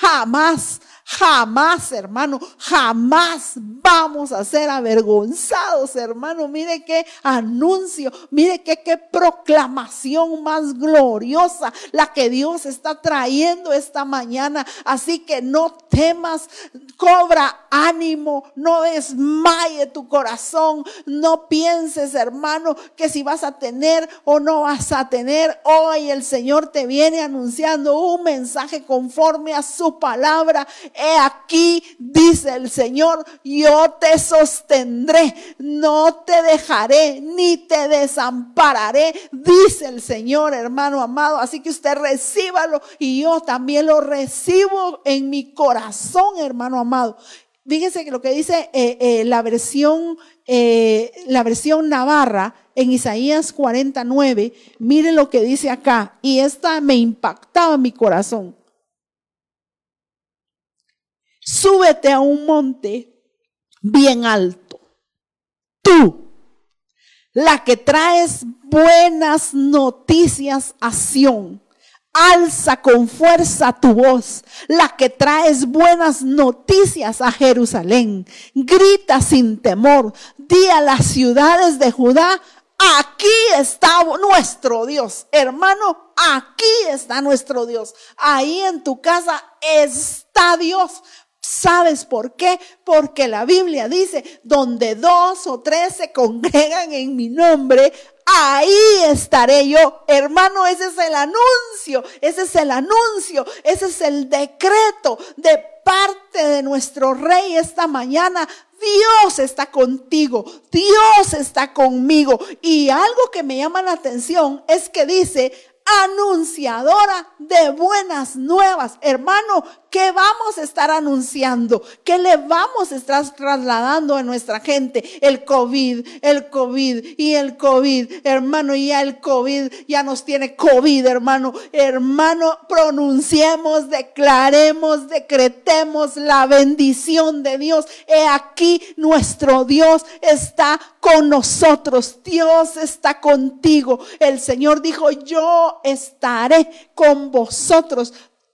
S1: jamás, jamás, hermano, jamás vamos a ser avergonzados, hermano. Mire qué anuncio, mire qué, qué proclamación más gloriosa la que Dios está trayendo esta mañana. Así que no temas, cobra ánimo, no desmaye tu corazón, no pienses, hermano, que si vas a tener o no vas a tener. Hoy el Señor te viene anunciando un mensaje conforme a su palabra. He aquí, dice el Señor, yo te sostendré, no te dejaré ni te desampararé, dice el Señor, hermano amado. Así que usted recíbalo y yo también lo recibo en mi corazón, hermano amado. Fíjense que lo que dice eh, eh, la versión eh, la versión Navarra en Isaías cuarenta y nueve, miren lo que dice acá, y esta me impactaba en mi corazón. Súbete a un monte bien alto, tú, la que traes buenas noticias a Sión. Alza con fuerza tu voz, la que traes buenas noticias a Jerusalén. Grita sin temor, di a las ciudades de Judá, aquí está nuestro Dios. Hermano, aquí está nuestro Dios. Ahí en tu casa está Dios. ¿Sabes por qué? Porque la Biblia dice, donde dos o tres se congregan en mi nombre, ahí estaré yo. Hermano, ese es el anuncio, ese es el anuncio, ese es el decreto de parte de nuestro Rey esta mañana. Dios está contigo, Dios está conmigo. Y algo que me llama la atención es que dice, anunciadora de buenas nuevas. Hermano, ¿qué vamos a estar anunciando? ¿Qué le vamos a estar trasladando a nuestra gente? El COVID, el COVID y el COVID. Hermano, ya el COVID ya nos tiene COVID, hermano. Hermano, pronunciemos, declaremos, decretemos la bendición de Dios. He aquí, nuestro Dios está con nosotros. Dios está contigo. El Señor dijo, yo estaré con vosotros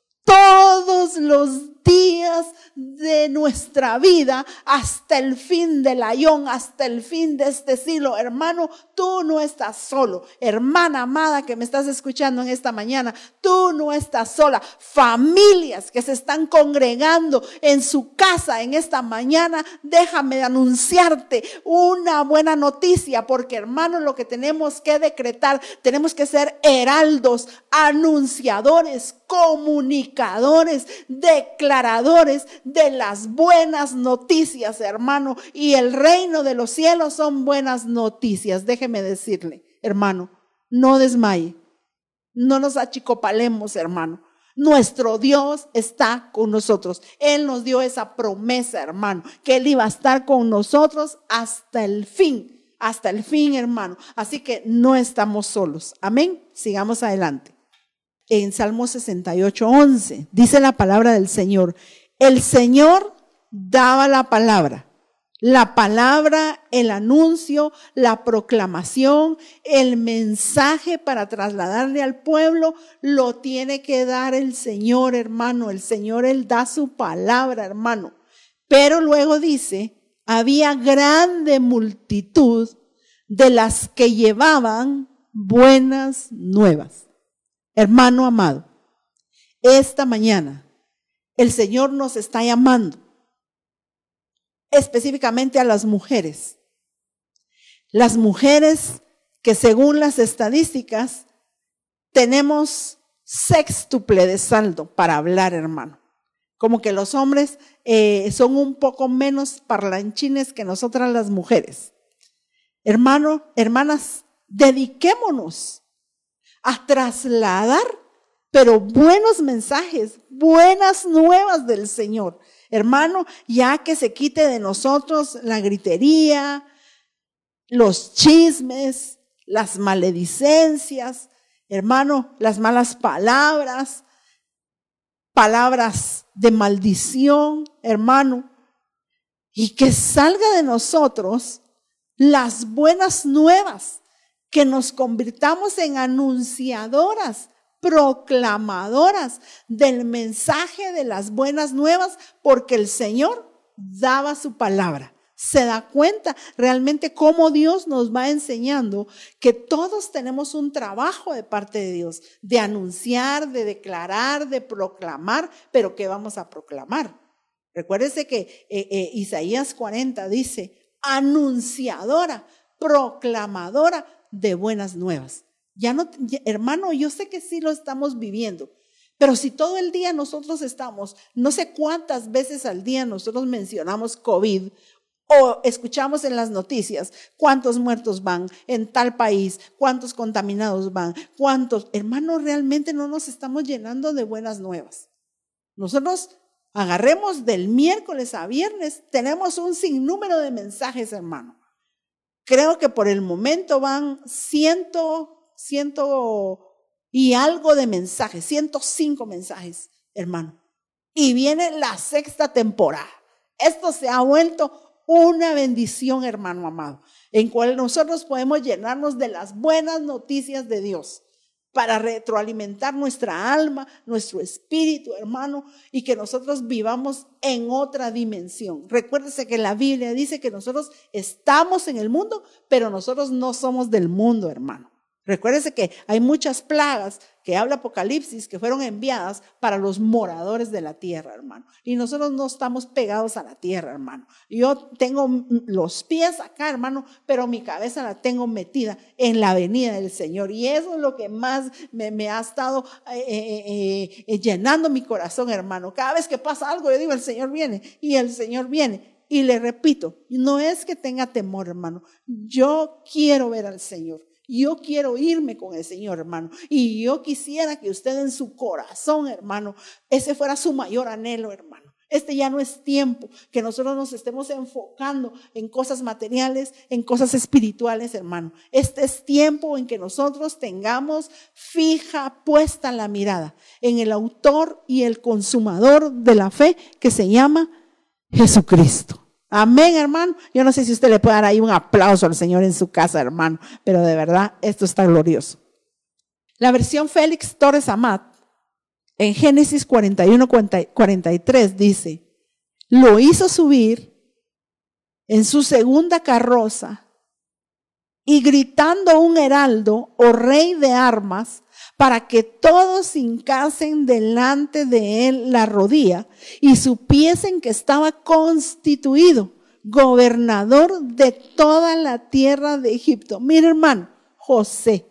S1: todos los días de nuestra vida hasta el fin del ayón, hasta el fin de este siglo. Hermano, tú no estás solo. Hermana amada que me estás escuchando en esta mañana, tú no estás sola. Familias que se están congregando en su casa en esta mañana, déjame anunciarte una buena noticia, porque hermano, lo que tenemos que decretar, tenemos que ser heraldos, anunciadores, comunicadores, declaradores de las buenas noticias, hermano. Y el reino de los cielos son buenas noticias. Déjeme decirle, hermano, no desmaye, no nos achicopalemos, hermano. Nuestro Dios está con nosotros. Él nos dio esa promesa, hermano, que Él iba a estar con nosotros hasta el fin, hasta el fin, hermano. Así que no estamos solos. Amén. Sigamos adelante. En Salmo sesenta y ocho, once, dice la palabra del Señor: el Señor daba la palabra, la palabra, el anuncio, la proclamación, el mensaje para trasladarle al pueblo, lo tiene que dar el Señor, hermano. El Señor, Él da su palabra, hermano. Pero luego dice, había grande multitud de las que llevaban buenas nuevas. Hermano amado, esta mañana el Señor nos está llamando específicamente a las mujeres. Las mujeres que según las estadísticas tenemos sextuple de saldo para hablar, hermano. Como que los hombres eh, son un poco menos parlanchines que nosotras las mujeres. Hermano, hermanas, dediquémonos a trasladar, pero buenos mensajes, buenas nuevas del Señor. Hermano, ya que se quite de nosotros la gritería, los chismes, las maledicencias, hermano, las malas palabras, palabras de maldición, hermano, y que salga de nosotros las buenas nuevas, que nos convirtamos en anunciadoras, proclamadoras del mensaje de las buenas nuevas, porque el Señor daba su palabra. Se da cuenta realmente cómo Dios nos va enseñando que todos tenemos un trabajo de parte de Dios, de anunciar, de declarar, de proclamar, pero ¿qué vamos a proclamar? Recuérdese que eh, eh, Isaías cuarenta dice, anunciadora, proclamadora de buenas nuevas. Ya no, ya, hermano, yo sé que sí lo estamos viviendo, pero si todo el día nosotros estamos, no sé cuántas veces al día nosotros mencionamos COVID, o escuchamos en las noticias cuántos muertos van en tal país, cuántos contaminados van, cuántos, hermano, realmente no nos estamos llenando de buenas nuevas. Nosotros agarremos del miércoles a viernes, tenemos un sinnúmero de mensajes, hermano. Creo que por el momento van ciento, ciento y algo de mensajes, ciento cinco mensajes, hermano. Y viene la sexta temporada. Esto se ha vuelto una bendición, hermano amado, en cual nosotros podemos llenarnos de las buenas noticias de Dios para retroalimentar nuestra alma, nuestro espíritu, hermano, y que nosotros vivamos en otra dimensión. Recuérdese que la Biblia dice que nosotros estamos en el mundo, pero nosotros no somos del mundo, hermano. Recuérdese que hay muchas plagas que habla Apocalipsis que fueron enviadas para los moradores de la tierra, hermano. Y nosotros no estamos pegados a la tierra, hermano. Yo tengo los pies acá, hermano, pero mi cabeza la tengo metida en la venida del Señor. Y eso es lo que más me, me ha estado eh, eh, eh, llenando mi corazón, hermano. Cada vez que pasa algo, yo digo, el Señor viene y el Señor viene. Y le repito, no es que tenga temor, hermano. Yo quiero ver al Señor. Yo quiero irme con el Señor, hermano. Y yo quisiera que usted en su corazón, hermano, ese fuera su mayor anhelo, hermano. Este ya no es tiempo que nosotros nos estemos enfocando en cosas materiales, en cosas espirituales, hermano. Este es tiempo en que nosotros tengamos fija, puesta la mirada en el autor y el consumador de la fe, que se llama Jesucristo. Amén, hermano. Yo no sé si usted le puede dar ahí un aplauso al Señor en su casa, hermano, pero de verdad esto está glorioso. La versión Félix Torres Amat, en Génesis cuarenta y uno, cuarenta y tres dice: lo hizo subir en su segunda carroza y gritando un heraldo o rey de armas, para que todos hincasen delante de él la rodilla y supiesen que estaba constituido gobernador de toda la tierra de Egipto. Mira, hermano, José.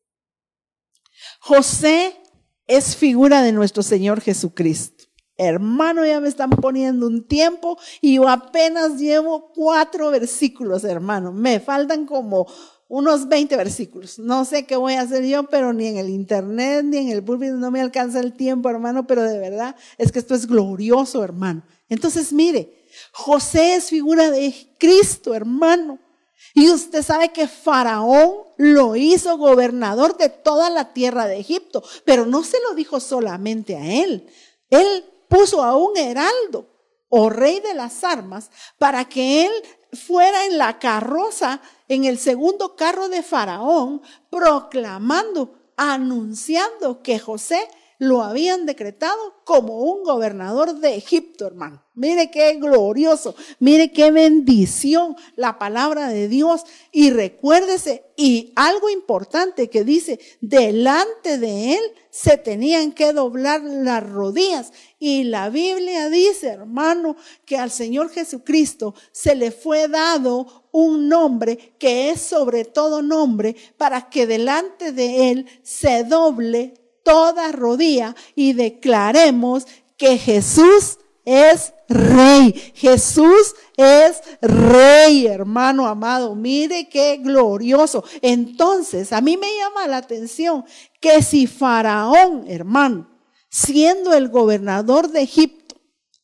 S1: José es figura de nuestro Señor Jesucristo. Hermano, ya me están poniendo un tiempo y yo apenas llevo cuatro versículos, hermano. Me faltan como unos veinte versículos. No sé qué voy a hacer yo, pero ni en el internet, ni en el púlpito no me alcanza el tiempo, hermano, pero de verdad es que esto es glorioso, hermano. Entonces, mire, José es figura de Cristo, hermano. Y usted sabe que Faraón lo hizo gobernador de toda la tierra de Egipto, pero no se lo dijo solamente a él. Él puso a un heraldo o rey de las armas para que él fuera en la carroza, en el segundo carro de Faraón, proclamando, anunciando que José lo habían decretado como un gobernador de Egipto, hermano. Mire qué glorioso, mire qué bendición la palabra de Dios. Y recuérdese, y algo importante que dice, delante de él se tenían que doblar las rodillas. Y la Biblia dice, hermano, que al Señor Jesucristo se le fue dado un nombre que es sobre todo nombre, para que delante de él se doble toda rodilla y declaremos que Jesús es Rey. Jesús es Rey, hermano amado. Mire qué glorioso. Entonces, a mí me llama la atención que si Faraón, hermano, siendo el gobernador de Egipto,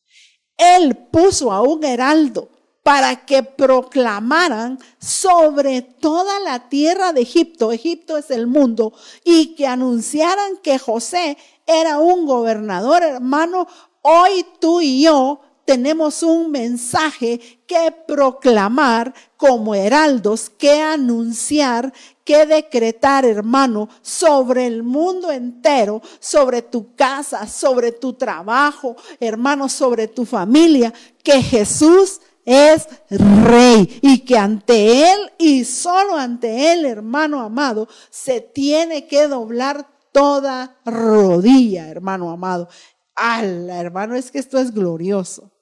S1: él puso a un heraldo para que proclamaran sobre toda la tierra de Egipto, Egipto es el mundo, y que anunciaran que José era un gobernador, hermano. Hoy tú y yo tenemos un mensaje que proclamar como heraldos, que anunciar, que decretar, hermano, sobre el mundo entero, sobre tu casa, sobre tu trabajo, hermano, sobre tu familia, que Jesús es Rey y que ante él y solo ante él, hermano amado, se tiene que doblar toda rodilla, hermano amado. ¡Hala, hermano! Es que esto es glorioso.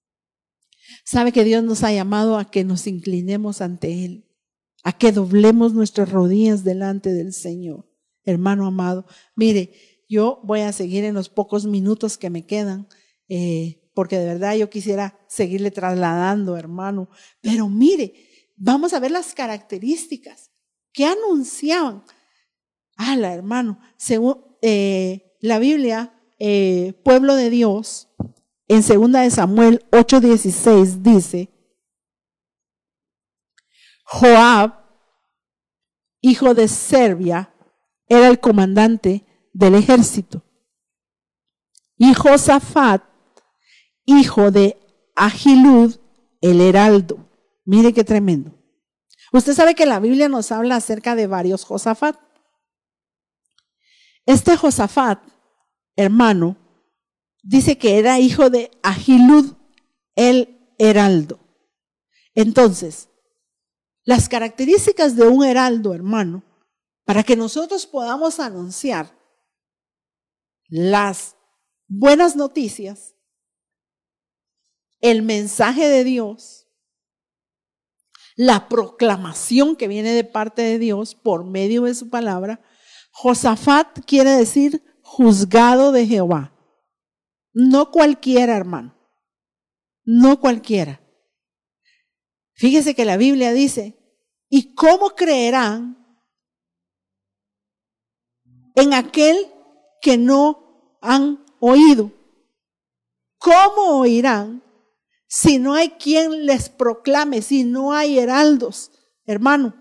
S1: Sabe que Dios nos ha llamado a que nos inclinemos ante él, a que doblemos nuestras rodillas delante del Señor. Hermano amado, mire, yo voy a seguir en los pocos minutos que me quedan, eh, porque de verdad yo quisiera seguirle trasladando, hermano. Pero mire, vamos a ver las características que anunciaban. ¡Hala, hermano! Según eh, la Biblia, eh, pueblo de Dios, en segunda de Samuel ocho dieciséis dice: Joab, hijo de Serbia, era el comandante del ejército. Y Josafat, hijo de Ahilud, el heraldo. Mire qué tremendo. Usted sabe que la Biblia nos habla acerca de varios Josafat. Este Josafat, hermano, dice que era hijo de Ahilud, el heraldo. Entonces, las características de un heraldo, hermano, para que nosotros podamos anunciar las buenas noticias, el mensaje de Dios, la proclamación que viene de parte de Dios por medio de su palabra. Josafat quiere decir juzgado de Jehová. No cualquiera, hermano. No cualquiera. Fíjese que la Biblia dice: ¿y cómo creerán en aquel que no han oído. ¿Cómo oirán si no hay quien les proclame, si no hay heraldos, hermano?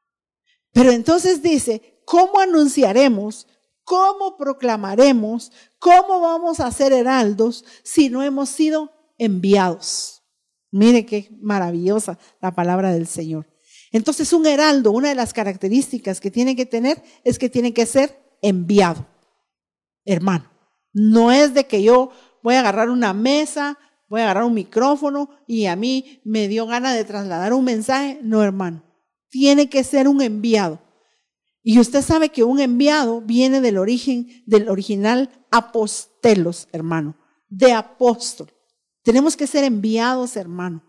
S1: Pero entonces dice, ¿cómo anunciaremos? ¿Cómo proclamaremos? ¿Cómo vamos a ser heraldos si no hemos sido enviados? Mire qué maravillosa la palabra del Señor. Entonces un heraldo, una de las características que tiene que tener es que tiene que ser enviado. Hermano, no es de que yo voy a agarrar una mesa, voy a agarrar un micrófono y a mí me dio ganas de trasladar un mensaje. No, hermano, tiene que ser un enviado. Y usted sabe que un enviado viene del origen, del original apostelos, hermano, de apóstol. Tenemos que ser enviados, hermano.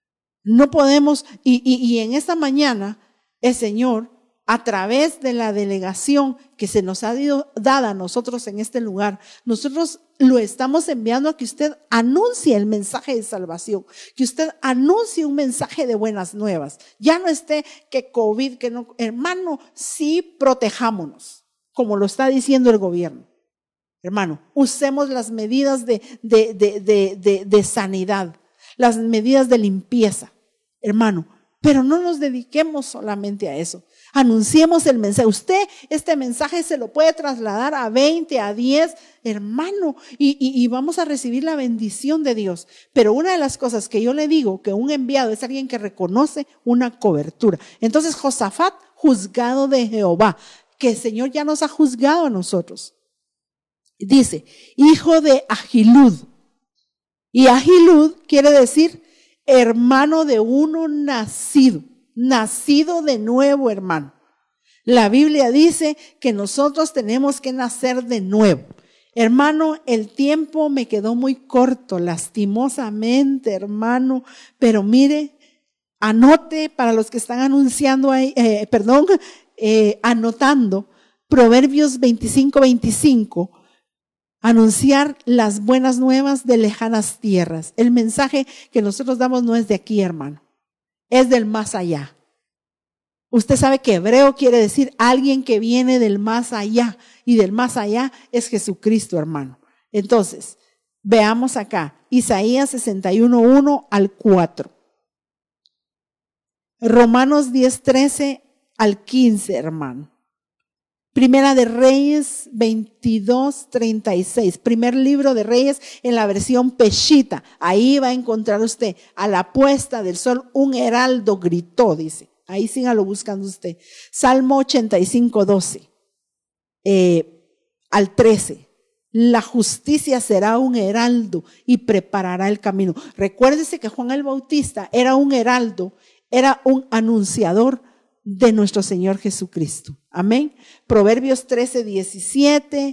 S1: No podemos, y, y, y en esta mañana el Señor, a través de la delegación que se nos ha dado, dada a nosotros en este lugar, nosotros lo estamos enviando a que usted anuncie el mensaje de salvación, que usted anuncie un mensaje de buenas nuevas. Ya no esté que COVID, que no, hermano, sí protejámonos, como lo está diciendo el gobierno. Hermano, usemos las medidas de, de, de, de, de, de sanidad, las medidas de limpieza, hermano, pero no nos dediquemos solamente a eso. Anunciemos el mensaje. Usted este mensaje se lo puede trasladar a veinte, a diez, hermano, y, y, y vamos a recibir la bendición de Dios. Pero una de las cosas que yo le digo, que un enviado es alguien que reconoce una cobertura. Entonces Josafat, juzgado de Jehová, que el Señor ya nos ha juzgado a nosotros. Dice, hijo de Ahilud. Y Ahilud quiere decir hermano de uno nacido. Nacido de nuevo, hermano. La Biblia dice que nosotros tenemos que nacer de nuevo. Hermano, el tiempo me quedó muy corto, lastimosamente, hermano, pero mire, anote para los que están anunciando ahí, eh, perdón, eh, anotando, Proverbios veinticinco, veinticinco, anunciar las buenas nuevas de lejanas tierras. El mensaje que nosotros damos no es de aquí, hermano. Es del más allá. Usted sabe que hebreo quiere decir alguien que viene del más allá. Y del más allá es Jesucristo, hermano. Entonces, veamos acá. Isaías sesenta y uno, uno al cuatro. Romanos diez, trece al quince, hermano. Primera de Reyes veintidós, treinta y seis. Primer libro de Reyes en la versión Peshita. Ahí va a encontrar usted a la puesta del sol un heraldo gritó, dice. Ahí sígalo buscando usted. Salmo ochenta y cinco, doce eh, al trece. La justicia será un heraldo y preparará el camino. Recuérdese que Juan el Bautista era un heraldo, era un anunciador de nuestro Señor Jesucristo. Amén. Proverbios trece, diecisiete,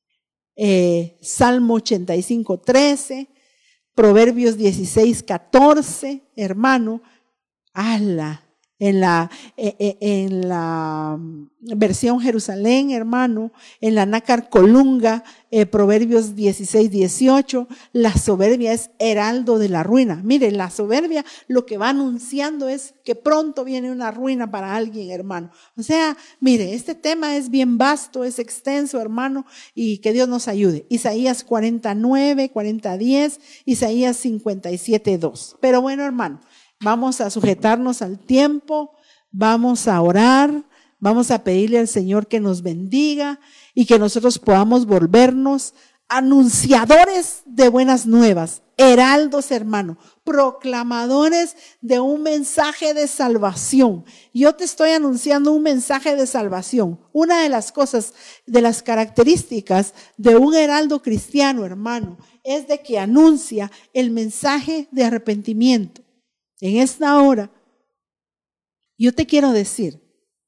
S1: eh, Salmo ochenta y cinco, trece, Proverbios dieciséis, catorce, hermano, ala, en la, eh, en la versión Jerusalén, hermano, en la Nácar Colunga, eh, Proverbios dieciséis, dieciocho, la soberbia es heraldo de la ruina. Mire, la soberbia lo que va anunciando es que pronto viene una ruina para alguien, hermano. O sea, mire, este tema es bien vasto, es extenso, hermano, y que Dios nos ayude. Isaías cuarenta, nueve, cuarenta, diez, Isaías cincuenta y siete, dos. Pero bueno, hermano, vamos a sujetarnos al tiempo, vamos a orar, vamos a pedirle al Señor que nos bendiga y que nosotros podamos volvernos anunciadores de buenas nuevas, heraldos, hermano, proclamadores de un mensaje de salvación. Yo te estoy anunciando un mensaje de salvación. Una de las cosas, de las características de un heraldo cristiano, hermano, es de que anuncia el mensaje de arrepentimiento. En esta hora, yo te quiero decir,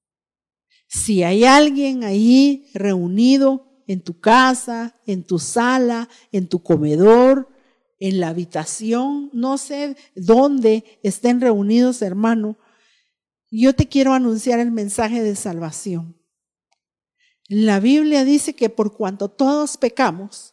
S1: si hay alguien ahí reunido en tu casa, en tu sala, en tu comedor, en la habitación, no sé dónde estén reunidos, hermano, yo te quiero anunciar el mensaje de salvación. La Biblia dice que por cuanto todos pecamos,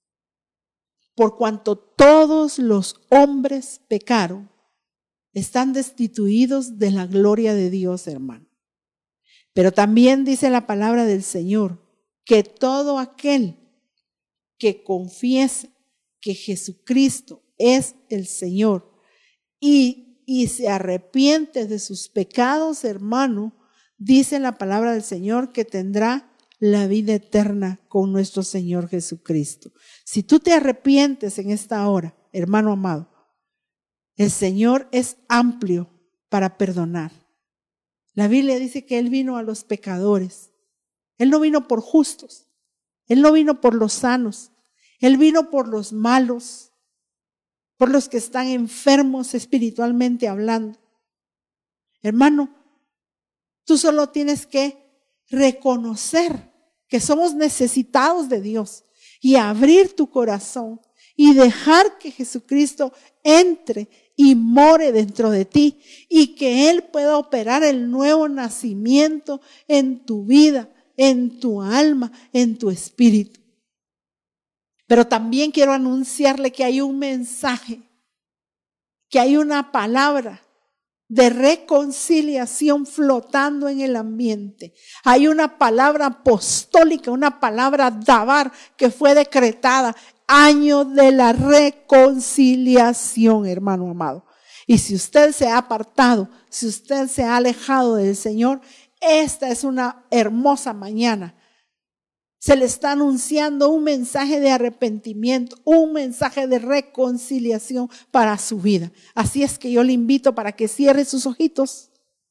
S1: por cuanto todos los hombres pecaron, están destituidos de la gloria de Dios, hermano. Pero también dice la palabra del Señor que todo aquel que confiese que Jesucristo es el Señor y, y se arrepiente de sus pecados, hermano, dice la palabra del Señor que tendrá la vida eterna con nuestro Señor Jesucristo. Si tú te arrepientes en esta hora, hermano amado, el Señor es amplio para perdonar. La Biblia dice que Él vino a los pecadores. Él no vino por justos. Él no vino por los sanos. Él vino por los malos, por los que están enfermos espiritualmente hablando. Hermano, tú solo tienes que reconocer que somos necesitados de Dios y abrir tu corazón y dejar que Jesucristo entre y more dentro de ti y que Él pueda operar el nuevo nacimiento en tu vida, en tu alma, en tu espíritu. Pero también quiero anunciarle que hay un mensaje, que hay una palabra de reconciliación flotando en el ambiente. Hay una palabra apostólica, una palabra dabar que fue decretada, año de la reconciliación, hermano amado. Y si usted se ha apartado, si usted se ha alejado del Señor, esta es una hermosa mañana. Se le está anunciando un mensaje de arrepentimiento, un mensaje de reconciliación para su vida. Así es que yo le invito para que cierre sus ojitos,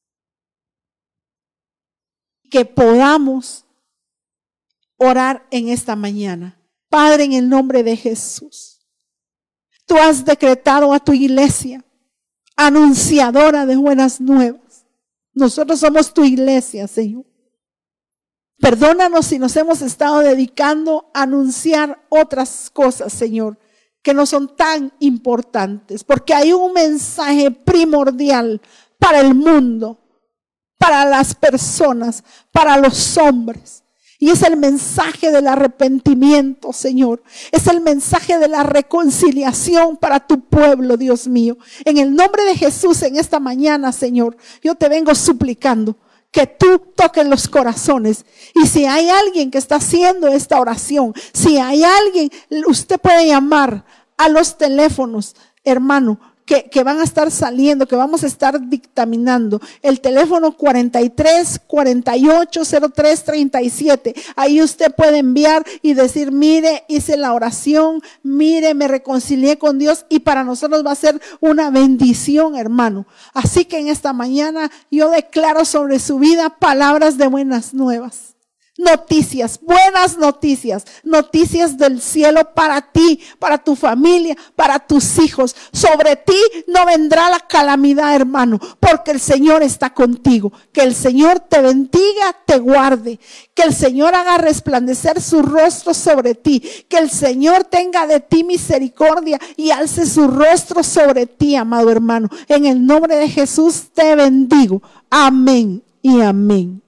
S1: que podamos orar en esta mañana. Padre, en el nombre de Jesús, tú has decretado a tu iglesia, anunciadora de buenas nuevas. Nosotros somos tu iglesia, Señor. Perdónanos si nos hemos estado dedicando a anunciar otras cosas, Señor, que no son tan importantes, porque hay un mensaje primordial para el mundo, para las personas, para los hombres. Y es el mensaje del arrepentimiento, Señor. Es el mensaje de la reconciliación para tu pueblo, Dios mío. En el nombre de Jesús, en esta mañana, Señor, yo te vengo suplicando que tú toques los corazones. Y si hay alguien que está haciendo esta oración, si hay alguien, usted puede llamar a los teléfonos, hermano, que, que van a estar saliendo, que vamos a estar dictaminando. El teléfono cuarenta y tres, cuarenta y ocho, cero tres, treinta y siete. Ahí usted puede enviar y decir, mire, hice la oración, mire, me reconcilié con Dios, y para nosotros va a ser una bendición, hermano. Así que en esta mañana yo declaro sobre su vida palabras de buenas nuevas. Noticias, buenas noticias, noticias del cielo para ti, para tu familia, para tus hijos. Sobre ti no vendrá la calamidad, hermano, porque el Señor está contigo. Que el Señor te bendiga, te guarde. Que el Señor haga resplandecer su rostro sobre ti. Que el Señor tenga de ti misericordia y alce su rostro sobre ti, amado hermano. En el nombre de Jesús te bendigo. Amén y amén.